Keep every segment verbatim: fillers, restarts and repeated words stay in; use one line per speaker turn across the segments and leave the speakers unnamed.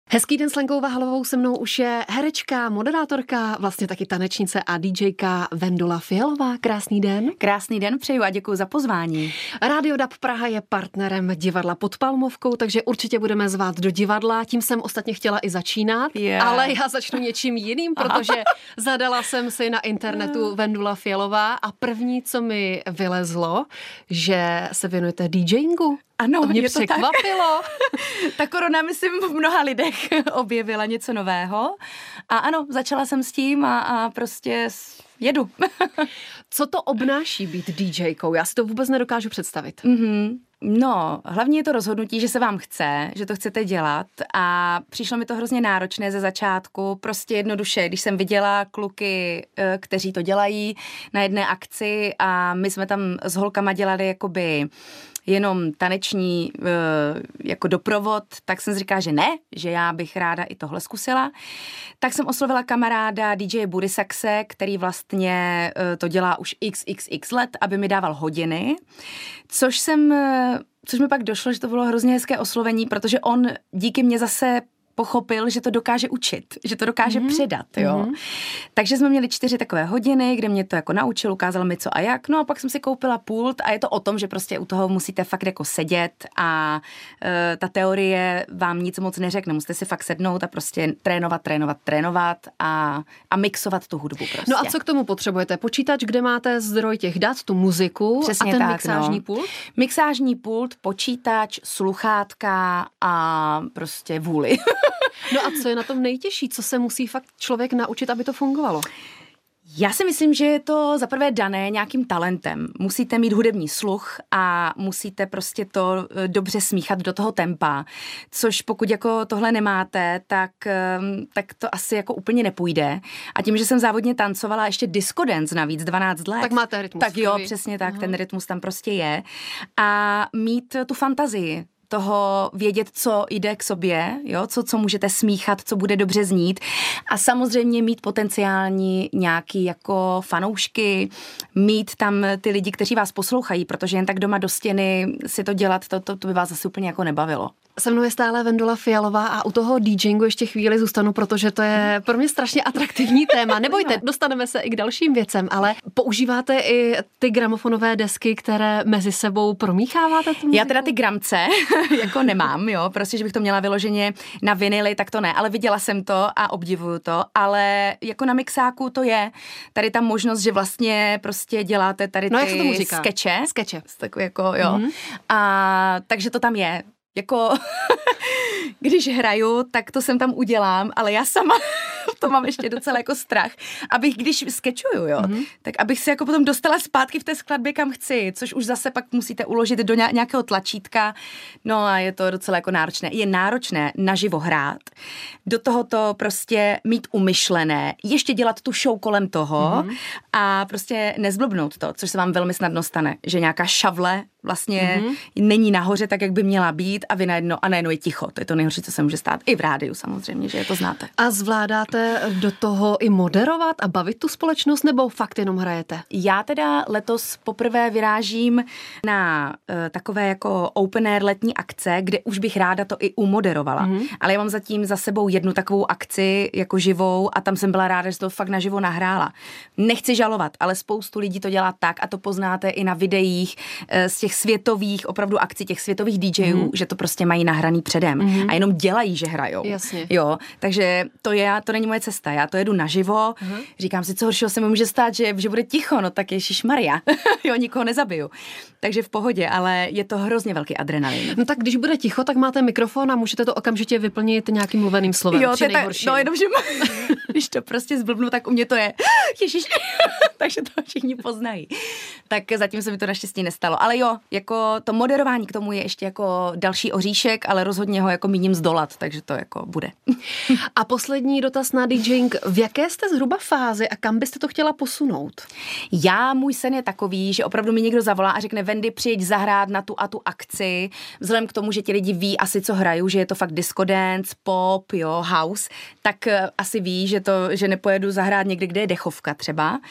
Hezký den s Lenkou Vahalovou, se mnou už je herečka, moderátorka, vlastně taky tanečnice a DJka Vendula Fialová. Krásný den.
Krásný den přeju a děkuji za pozvání.
Rádio D A B Praha je partnerem divadla Pod Palmovkou, takže určitě budeme zvát do divadla. Tím jsem ostatně chtěla i začínat, yeah. ale já začnu něčím jiným, protože Aha. zadala jsem si na internetu Vendula Fialová a první, co mi vylezlo, že se věnujete DJingu.
Ano,
mě
je to
překvapilo.
Tak. Ta korona, myslím, v mnoha lidech objevila něco nového. A ano, začala jsem s tím a, a prostě jedu.
Co to obnáší být DJkou? Já si to vůbec nedokážu představit.
Mm-hmm. No, hlavně je to rozhodnutí, že se vám chce, že to chcete dělat a přišlo mi to hrozně náročné ze začátku, prostě jednoduše, když jsem viděla kluky, kteří to dělají na jedné akci a my jsme tam s holkama dělali jakoby jenom taneční jako doprovod, tak jsem si říkala, že ne, že já bych ráda i tohle zkusila. Tak jsem oslovila kamaráda D J Budisaxe, který vlastně to dělá už x x x let, aby mi dával hodiny, což jsem, což mi pak došlo, že to bylo hrozně hezké oslovení, protože on díky mě zase pochopil, že to dokáže učit, že to dokáže mm-hmm. předat, jo. Mm-hmm. Takže jsme měli čtyři takové hodiny, kde mě to jako naučil, ukázal mi co a jak, no a pak jsem si koupila pult a je to o tom, že prostě u toho musíte fakt jako sedět a e, ta teorie vám nic moc neřekne, musíte si fakt sednout a prostě trénovat, trénovat, trénovat a, a mixovat tu hudbu prostě.
No a co k tomu potřebujete? Počítač, kde máte zdroj těch dat, tu muziku. Přesně a ten tak, mixážní
no.
pult?
Mixážní pult, počítač, sluchátka a prostě vůli.
No a co je na tom nejtěžší? Co se musí fakt člověk naučit, aby to fungovalo?
Já si myslím, že je to zaprvé dané nějakým talentem. Musíte mít hudební sluch a musíte prostě to dobře smíchat do toho tempa, což pokud jako tohle nemáte, tak, tak to asi jako úplně nepůjde. A tím, že jsem závodně tancovala ještě disco dance navíc dvanáct let.
Tak máte rytmus.
Tak jo, přesně tak, Aha. ten rytmus tam prostě je. A mít tu fantazii toho vědět, co jde k sobě, jo, co, co můžete smíchat, co bude dobře znít a samozřejmě mít potenciální nějaký jako fanoušky, mít tam ty lidi, kteří vás poslouchají, protože jen tak doma do stěny si to dělat, to, to, to by vás zase úplně jako nebavilo.
Se mnou je stále Vendula Fialová a u toho DJingu ještě chvíli zůstanu, protože to je pro mě strašně atraktivní téma. Nebojte, dostaneme se i k dalším věcem, ale používáte i ty gramofonové desky, které mezi sebou promícháváte? Tu
Já teda ty gramce jako nemám, jo, prostě, že bych to měla vyloženě na vinily, tak to ne, ale viděla jsem to a obdivuju to, ale jako na mixáku to je tady ta možnost, že vlastně prostě děláte tady ty
no, jak se tomu říká?
skeče.
Skeče.
Takový jako, jo. Mm-hmm. A takže to tam je. Jako, když hraju, tak to jsem tam udělám, ale já sama to mám ještě docela jako strach, abych, když skečuju, jo, mm-hmm. tak abych se jako potom dostala zpátky v té skladbě, kam chci, což už zase pak musíte uložit do nějakého tlačítka, no a je to docela jako náročné. Je náročné naživo hrát, do toho to prostě mít umyšlené, ještě dělat tu show kolem toho mm-hmm. a prostě nezblbnout to, což se vám velmi snadno stane, že nějaká šavle vlastně mm-hmm. není nahoře tak, jak by měla být a vy najednou, a najednou je ticho. To je to nejhorší, co se může stát. I v rádiu samozřejmě, že je to znáte.
A zvládáte do toho i moderovat a bavit tu společnost, nebo fakt jenom hrajete?
Já teda letos poprvé vyrážím na uh, takové jako open air letní akce, kde už bych ráda to i umoderovala. Mm-hmm. Ale já mám zatím za sebou jednu takovou akci jako živou a tam jsem byla ráda, že to fakt naživo nahrála. Nechci žalovat, ale spoustu lidí to dělá tak a to poznáte i na videích uh, z těch světových opravdu akcí, těch světových DJů, mm-hmm. že to prostě mají nahraný předem mm-hmm. a jenom dělají, že hrajou.
Jasně.
Jo, takže to je, to není moje cesta. Já to jedu naživo, mm-hmm. říkám si, co horšího se mi může stát, že, že bude ticho, no tak ježišmarja, jo, nikoho nezabiju. Takže v pohodě, ale je to hrozně velký adrenalin.
No tak když bude ticho, tak máte mikrofon a můžete to okamžitě vyplnit nějakým mluveným slovem.
Jo, to je tak, no jenom, že když to prostě zblbnu, tak u mě to je ježiš, takže to všichni poznají. Tak zatím se mi to naštěstí nestalo. Ale jo, jako to moderování k tomu je ještě jako další oříšek, ale rozhodně ho jako míním zdolat, takže to jako bude.
A poslední dotaz na DJing. V jaké jste zhruba fázi a kam byste to chtěla posunout?
Já, můj sen je takový, že opravdu mi někdo zavolá a řekne, Vendy, přijď zahrát na tu a tu akci, vzhledem k tomu, že ti lidi ví asi, co hraju, že je to fakt disco dance, pop, jo, house, tak asi ví, že to, že nepojedu zahrát někde, kde je dechovka třeba.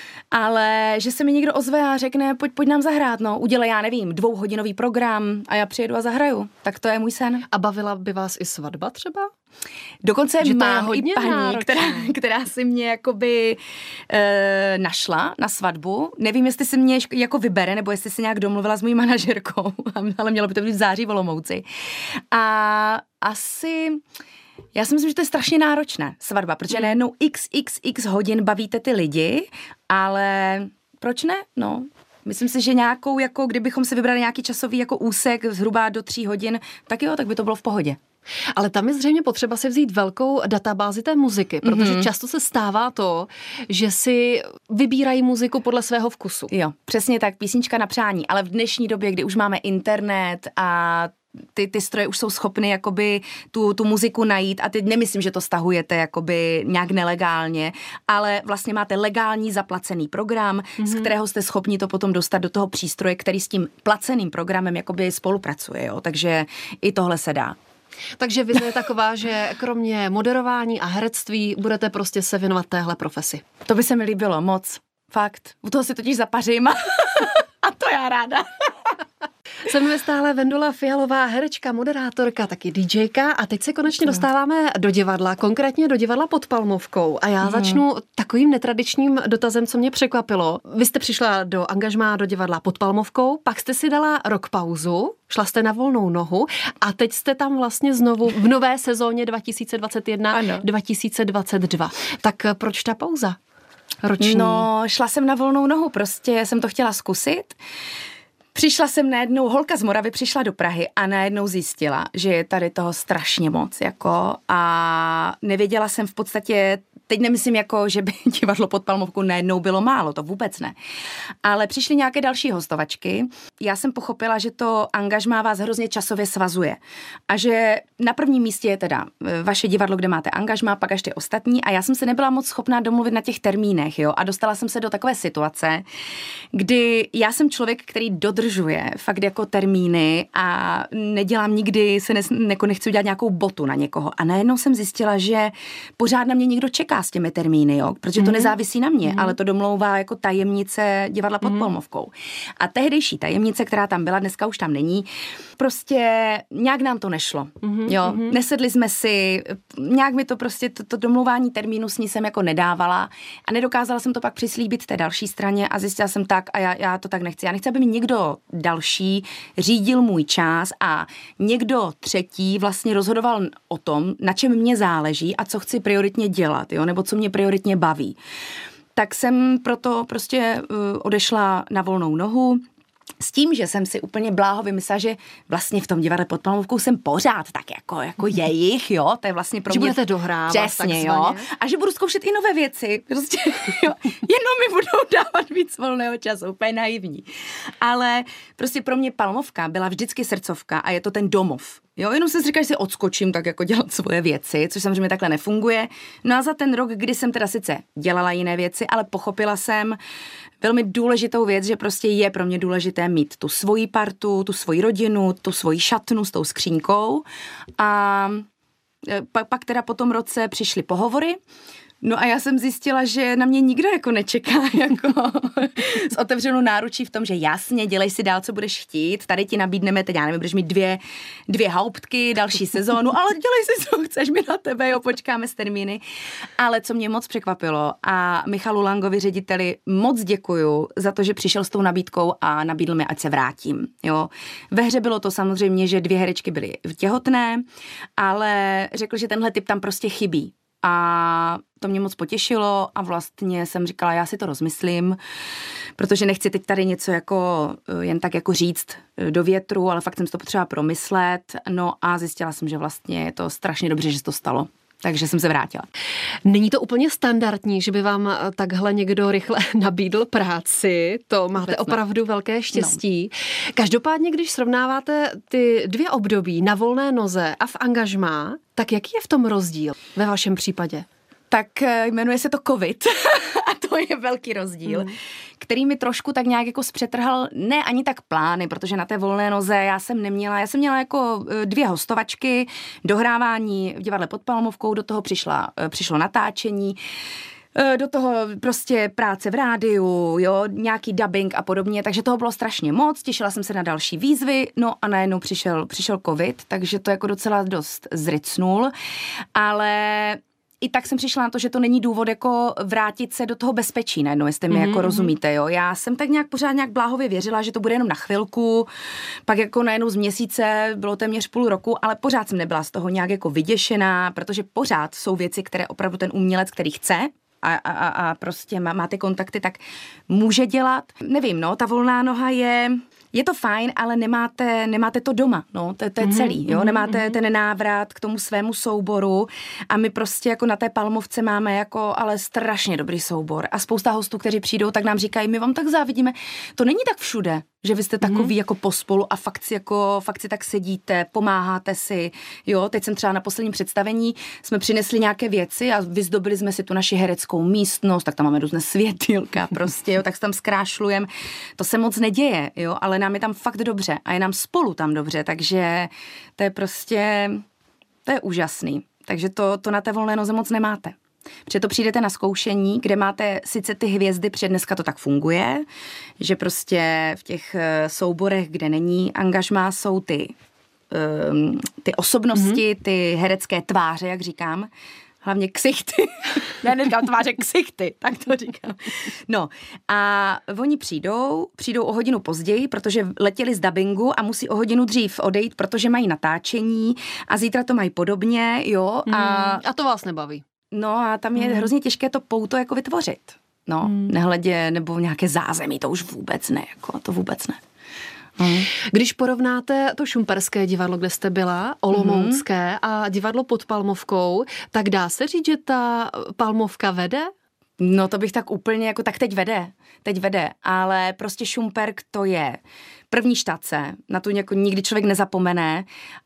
Ale že se mi někdo ozve a řekne, pojď, pojď nám zahrát, no, udělej, já nevím, dvouhodinový program a já přijedu a zahraju. Tak to je můj sen.
A bavila by vás i svatba třeba?
Dokonce
že
mám i paní, která, která si mě jakoby e, našla na svatbu. Nevím, jestli si mě jako vybere, nebo jestli si nějak domluvila s mojí manažerkou, ale mělo by to být v září v Olomouci. A asi... Já si myslím, že to je strašně náročné svatba, protože mm. najednou x, x, x hodin bavíte ty lidi, ale proč ne? No, myslím si, že nějakou, jako kdybychom si vybrali nějaký časový jako úsek zhruba do tří hodin, tak jo, tak by to bylo v pohodě.
Ale tam je zřejmě potřeba si vzít velkou databázi té muziky, protože mm-hmm. často se stává to, že si vybírají muziku podle svého vkusu.
Jo, přesně tak, písnička na přání, ale v dnešní době, kdy už máme internet a Ty, ty stroje už jsou schopny jakoby tu, tu muziku najít a teď nemyslím, že to stahujete jakoby nějak nelegálně, ale vlastně máte legální zaplacený program, mm-hmm. z kterého jste schopni to potom dostat do toho přístroje, který s tím placeným programem jakoby spolupracuje, jo, takže i tohle se dá.
Takže vize je taková, že kromě moderování a herectví budete prostě se věnovat téhle profesi.
To by se mi líbilo moc, fakt. U toho si totiž zapařím a to já ráda.
Se jmenuje stále Vendula Fialová, herečka, moderátorka, taky DJka a teď se konečně dostáváme do divadla, konkrétně do divadla Pod Palmovkou a já hmm. začnu takovým netradičním dotazem, co mě překvapilo. Vy jste přišla do angažmá do divadla Pod Palmovkou, pak jste si dala rok pauzu, šla jste na volnou nohu a teď jste tam vlastně znovu v nové sezóně dva tisíce dvacet jedna dva tisíce dvacet dva. Tak proč ta pauza roční?
No, šla jsem na volnou nohu, prostě jsem to chtěla zkusit. Přišla jsem najednou, holka z Moravy přišla do Prahy a najednou zjistila, že je tady toho strašně moc, jako a nevěděla jsem v podstatě, teď nemyslím jako, že by divadlo Pod Palmovkou najednou bylo málo, to vůbec ne. Ale přišly nějaké další hostovačky. Já jsem pochopila, že to angažmá vás hrozně časově svazuje. A že na prvním místě je teda vaše divadlo, kde máte angažmá, pak až ty ostatní. A já jsem se nebyla moc schopná domluvit na těch termínech, jo. A dostala jsem se do takové situace, kdy já jsem člověk, který dodržuje fakt jako termíny a nedělám nikdy, se ne, jako nechci udělat nějakou botu na někoho. A najednou jsem zjistila, že pořád na mě někdo čeká s těmi termíny, jo, protože to nezávisí na mě, mm. ale to domlouvá jako tajemnice divadla Pod mm. Palmovkou. A tehdejší tajemnice, která tam byla, dneska už tam není, prostě nějak nám to nešlo, mm. jo, mm. nesedli jsme si, nějak mi to prostě, to, to domlouvání termínu s ní jsem jako nedávala a nedokázala jsem to pak přislíbit té další straně a zjistila jsem tak a já, já to tak nechci. Já nechci, aby mi někdo další řídil můj čas a někdo třetí vlastně rozhodoval o tom, na čem mě záleží a co chci prioritně dělat, jo, nebo co mě prioritně baví. Tak jsem proto prostě uh, odešla na volnou nohu s tím, že jsem si úplně bláho vymyslela, že vlastně v tom divadle Pod Palmovkou jsem pořád tak jako, jako jejich, jo, to je vlastně pro
že
mě...
Že budete dohrávat
přesně, jo, a že budu zkoušet i nové věci, prostě, jo, jenom mi budou dávat víc volného času, úplně naivní. Ale prostě pro mě Palmovka byla vždycky srdcovka a je to ten domov. Jo, jenom jsem si říkala, že si odskočím tak jako dělat svoje věci, což samozřejmě takhle nefunguje. No a za ten rok, kdy jsem teda sice dělala jiné věci, ale pochopila jsem velmi důležitou věc, že prostě je pro mě důležité mít tu svoji partu, tu svoji rodinu, tu svoji šatnu s tou skřínkou. A pak, pak teda po tom roce přišly pohovory. No a já jsem zjistila, že na mě nikdo jako nečeká jako s otevřenou náručí v tom, že jasně, dělej si dál, co budeš chtít, tady ti nabídneme, teď já nevím, budeš mít dvě, dvě hauptky, další sezónu, ale dělej si, co chceš, my na tebe, jo, počkáme s termíny. Ale co mě moc překvapilo a Michalu Langovi, řediteli, moc děkuju za to, že přišel s tou nabídkou a nabídl mi, ať se vrátím, jo. Ve hře bylo to samozřejmě, že dvě herečky byly těhotné, ale řekl, že tenhle typ tam prostě chybí. A to mě moc potěšilo a vlastně jsem říkala, já si to rozmyslím, protože nechci teď tady něco jako jen tak jako říct do větru, ale fakt jsem si to potřeba promyslet. No a zjistila jsem, že vlastně je to strašně dobře, že se to stalo. Takže jsem se vrátila.
Není to úplně standardní, že by vám takhle někdo rychle nabídl práci, to máte Vůbec opravdu ne. velké štěstí. No. Každopádně, když srovnáváte ty dvě období na volné noze a v angažmá, tak jaký je v tom rozdíl ve vašem případě?
Tak jmenuje se to covid a to je velký rozdíl, mm. který mi trošku tak nějak jako zpřetrhal, ne ani tak plány, protože na té volné noze já jsem neměla, já jsem měla jako dvě hostovačky, dohrávání v divadle Pod Palmovkou, do toho přišla, přišlo natáčení. Do toho prostě práce v rádiu, jo, nějaký dubbing a podobně, takže toho bylo strašně moc, těšila jsem se na další výzvy, no a najednou přišel, přišel covid, takže to jako docela dost zrycnul, ale i tak jsem přišla na to, že to není důvod jako vrátit se do toho bezpečí najednou, jestli mi mm-hmm. jako rozumíte, jo. Já jsem tak nějak pořád nějak bláhově věřila, že to bude jenom na chvilku, pak jako najednou z měsíce, bylo téměř půl roku, ale pořád jsem nebyla z toho nějak jako vyděšená, protože pořád jsou věci, které opravdu ten umělec, který chce, A, a, a prostě má, má ty kontakty, tak může dělat. Nevím, no, ta volná noha je, je to fajn, ale nemáte, nemáte to doma, no, to, to je celý, jo, nemáte ten návrat k tomu svému souboru a my prostě jako na té Palmovce máme jako ale strašně dobrý soubor a spousta hostů, kteří přijdou, tak nám říkají, my vám tak závidíme, to není tak všude, že vy jste takový mm. jako pospolu a fakt si, jako, fakt si tak sedíte, pomáháte si, jo, teď jsem třeba na posledním představení, jsme přinesli nějaké věci a vyzdobili jsme si tu naši hereckou místnost, tak tam máme různé světýlka prostě, jo, tak se tam zkrášlujeme, to se moc neděje, jo, ale nám je tam fakt dobře a je nám spolu tam dobře, takže to je prostě, to je úžasný, takže to, to na té volné noze moc nemáte. Protože to přijdete na zkoušení, kde máte sice ty hvězdy, protože dneska to tak funguje, že prostě v těch souborech, kde není angažmá, jsou ty, um, ty osobnosti, mm-hmm. ty herecké tváře, jak říkám, hlavně ksichty. Ne, neříkám tváře, ksichty, tak to říkám. No a oni přijdou, přijdou o hodinu později, protože letěli z dabingu a musí o hodinu dřív odejít, protože mají natáčení a zítra to mají podobně, jo. A,
mm, a to vás nebaví.
No a tam je mm. hrozně těžké to pouto jako vytvořit. No, mm. nehledě, nebo nějaké zázemí, to už vůbec ne, jako to vůbec ne. Mm.
Když porovnáte to šumperské divadlo, kde jste byla, olomoucké mm. a divadlo pod Palmovkou, tak dá se říct, že ta Palmovka vede?
No to bych tak úplně, jako tak teď vede, teď vede, ale prostě Šumperk to je první štace, na tu jako nikdy člověk nezapomene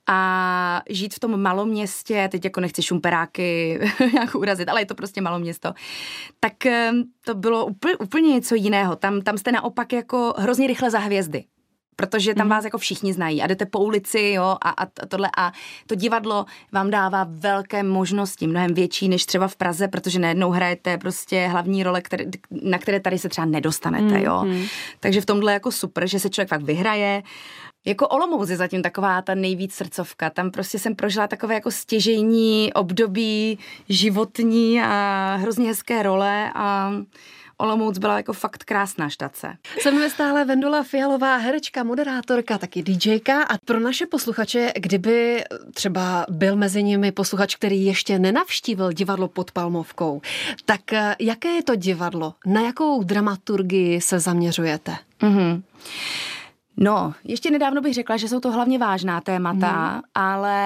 a žít v tom malom městě, teď jako nechci šumperáky nějak urazit, ale je to prostě malo město, tak to bylo úplně, úplně něco jiného, tam, tam jste naopak jako hrozně rychle za hvězdy. Protože tam vás jako všichni znají a jdete po ulici, jo, a, a tohle a to divadlo vám dává velké možnosti, mnohem větší než třeba v Praze, protože najednou hrajete prostě hlavní role, které, na které tady se třeba nedostanete, jo. Mm-hmm. Takže v tomhle jako super, že se člověk fakt vyhraje. Jako Olomouc je zatím taková ta nejvíc srdcovka, tam prostě jsem prožila takové jako stěžejní období životní a hrozně hezké role a Olomouc byla jako fakt krásná štace.
Se mnou je stále Vendula Fialová, herečka, moderátorka, taky DJka a pro naše posluchače, kdyby třeba byl mezi nimi posluchač, který ještě nenavštívil divadlo pod Palmovkou, tak jaké je to divadlo? Na jakou dramaturgii se zaměřujete?
Mhm. No, ještě nedávno bych řekla, že jsou to hlavně vážná témata, hmm. ale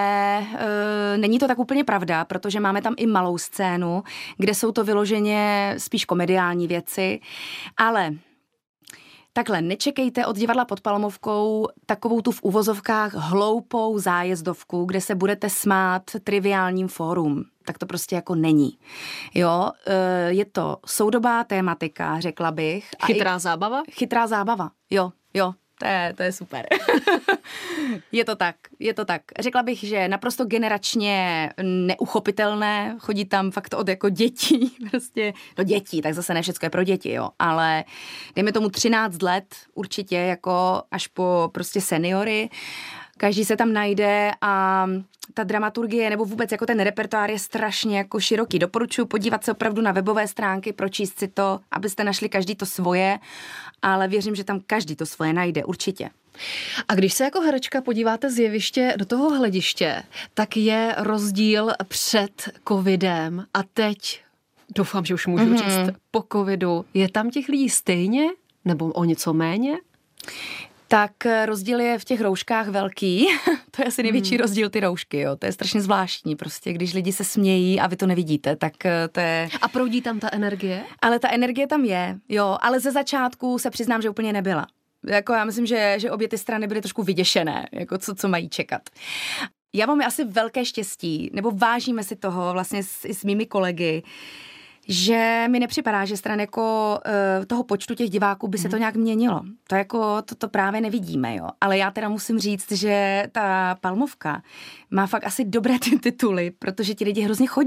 e, není to tak úplně pravda, protože máme tam i malou scénu, kde jsou to vyloženě spíš komediální věci, ale takhle, nečekejte od divadla pod Palmovkou takovou tu v uvozovkách hloupou zájezdovku, kde se budete smát triviálním fórum. Tak to prostě jako není. Jo, e, je to soudobá tématika, řekla bych.
Chytrá i, zábava?
Chytrá zábava, jo, jo. To je, to je super. Je to tak, je to tak. Řekla bych, že naprosto generačně neuchopitelné, chodí tam fakt od jako dětí, prostě, no dětí, tak zase ne všecko je pro děti, jo, ale dejme tomu třináct let určitě, jako až po prostě seniory, každý se tam najde a ta dramaturgie nebo vůbec jako ten repertoár je strašně jako široký. Doporučuji podívat se opravdu na webové stránky, pročíst si to, abyste našli každý to svoje, ale věřím, že tam každý to svoje najde, určitě.
A když se jako herečka podíváte z jeviště do toho hlediště, tak je rozdíl před covidem a teď, doufám, že už můžu mm-hmm. říct, po covidu, je tam těch lidí stejně nebo o něco méně?
Tak rozdíl je v těch rouškách velký. To je asi největší hmm. rozdíl, ty roušky, jo. To je strašně zvláštní, prostě, když lidi se smějí a vy to nevidíte, tak to je...
A proudí tam ta energie?
Ale ta energie tam je, jo, ale ze začátku se přiznám, že úplně nebyla. Jako já myslím, že, že obě ty strany byly trošku vyděšené, jako co, co mají čekat. Já mám asi velké štěstí, nebo vážíme si toho vlastně s, s mými kolegy, že mi nepřipadá, že stran jako uh, toho počtu těch diváků by se to nějak měnilo. To jako, to, to právě nevidíme, jo. Ale já teda musím říct, že ta Palmovka má fakt asi dobré ty tituly, protože ti lidi hrozně chodí.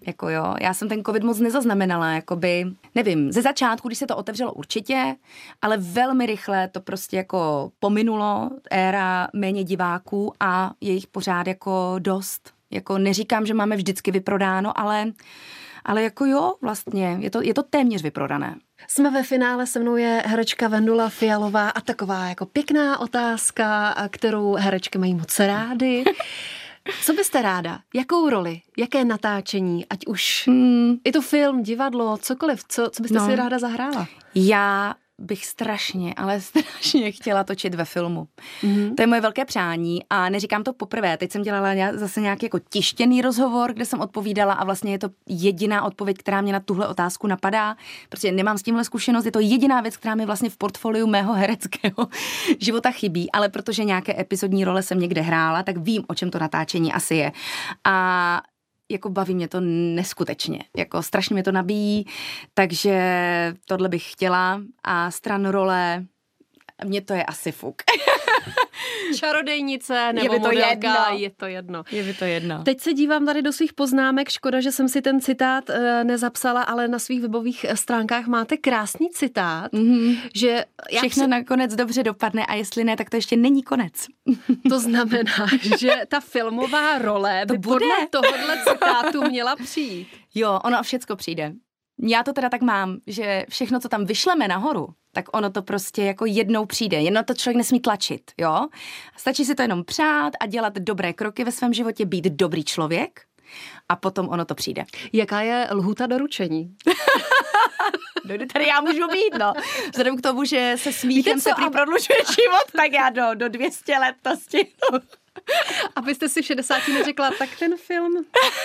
Jako jo, já jsem ten covid moc nezaznamenala, jakoby, nevím, ze začátku, když se to otevřelo určitě, ale velmi rychle to prostě jako pominulo, éra méně diváků a je jich pořád jako dost. Jako neříkám, že máme vždycky vyprodáno, ale, ale jako jo, vlastně, je to, je to téměř vyprodané.
Jsme ve finále, se mnou je herečka Vendula Fialová a taková jako pěkná otázka, kterou herečky mají moc rády. Co byste ráda? Jakou roli? Jaké natáčení? Ať už hmm. i to film, divadlo, cokoliv. Co, co byste no. si ráda zahrála?
Já bych strašně, ale strašně chtěla točit ve filmu. Mm-hmm. To je moje velké přání a neříkám to poprvé. Teď jsem dělala zase nějaký jako tištěný rozhovor, kde jsem odpovídala a vlastně je to jediná odpověď, která mě na tuhle otázku napadá, protože nemám s tímhle zkušenost, je to jediná věc, která mi vlastně v portfoliu mého hereckého života chybí, ale protože nějaké epizodní role jsem někde hrála, tak vím, o čem to natáčení asi je. A jako baví mě to neskutečně, jako strašně mě to nabíjí, takže tohle bych chtěla a stran role, mně to je asi fuk.
Čarodejnice nebo je modelka, je to jedno.
Je mi to jedno.
Teď se dívám tady do svých poznámek, škoda, že jsem si ten citát e, nezapsala, ale na svých webových stránkách máte krásný citát, mm-hmm. že...
Všechno
se...
nakonec dobře dopadne a jestli ne, tak to ještě není konec.
To znamená, že ta filmová role to by bude. Podle tohohle citátu měla přijít.
Jo, ono všecko přijde. Já to teda tak mám, že všechno, co tam vyšleme nahoru, tak ono to prostě jako jednou přijde. Jedno to člověk nesmí tlačit, jo? Stačí si to jenom přát a dělat dobré kroky ve svém životě, být dobrý člověk a potom ono to přijde.
Jaká je lhůta doručení?
No, tady já můžu být, no. Vzhledem k tomu, že se smíchem se prý prodlužuje život, tak já do, do dvě stě let to stihnu.
Abyste si v šedesáti neřekla, tak ten film...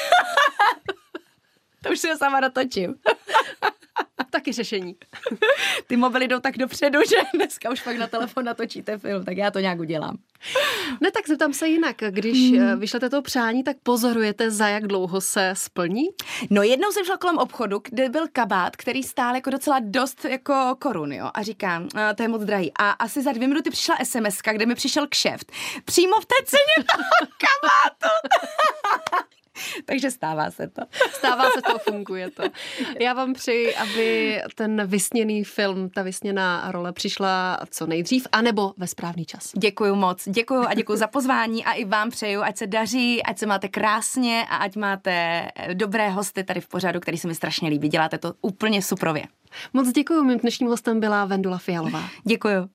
To už si ho sama natočím.
Taky řešení.
Ty mobily jdou tak dopředu, že dneska už pak na telefon natočíte film, tak já to nějak udělám.
Ne, tak zeptám se jinak. Když hmm. vyšlete to přání, tak pozorujete, za jak dlouho se splní?
No jednou jsem šla kolem obchodu, kde byl kabát, který stál jako docela dost jako korun, jo. A říkám, to je moc drahý. A asi za dvě minuty přišla es em eska, kde mi přišel kšeft. Přímo v té ceně toho kabátu. Takže stává se to.
Stává se to, funguje to. Já vám přeji, aby ten vysněný film, ta vysněná role přišla co nejdřív, anebo ve správný čas.
Děkuju moc. Děkuju a děkuju za pozvání a i vám přeju, ať se daří, ať se máte krásně a ať máte dobré hosty tady v pořadu, který se mi strašně líbí. Děláte to úplně suprově.
Moc děkuju. Mým dnešním hostem byla Vendula Fialová.
Děkuju.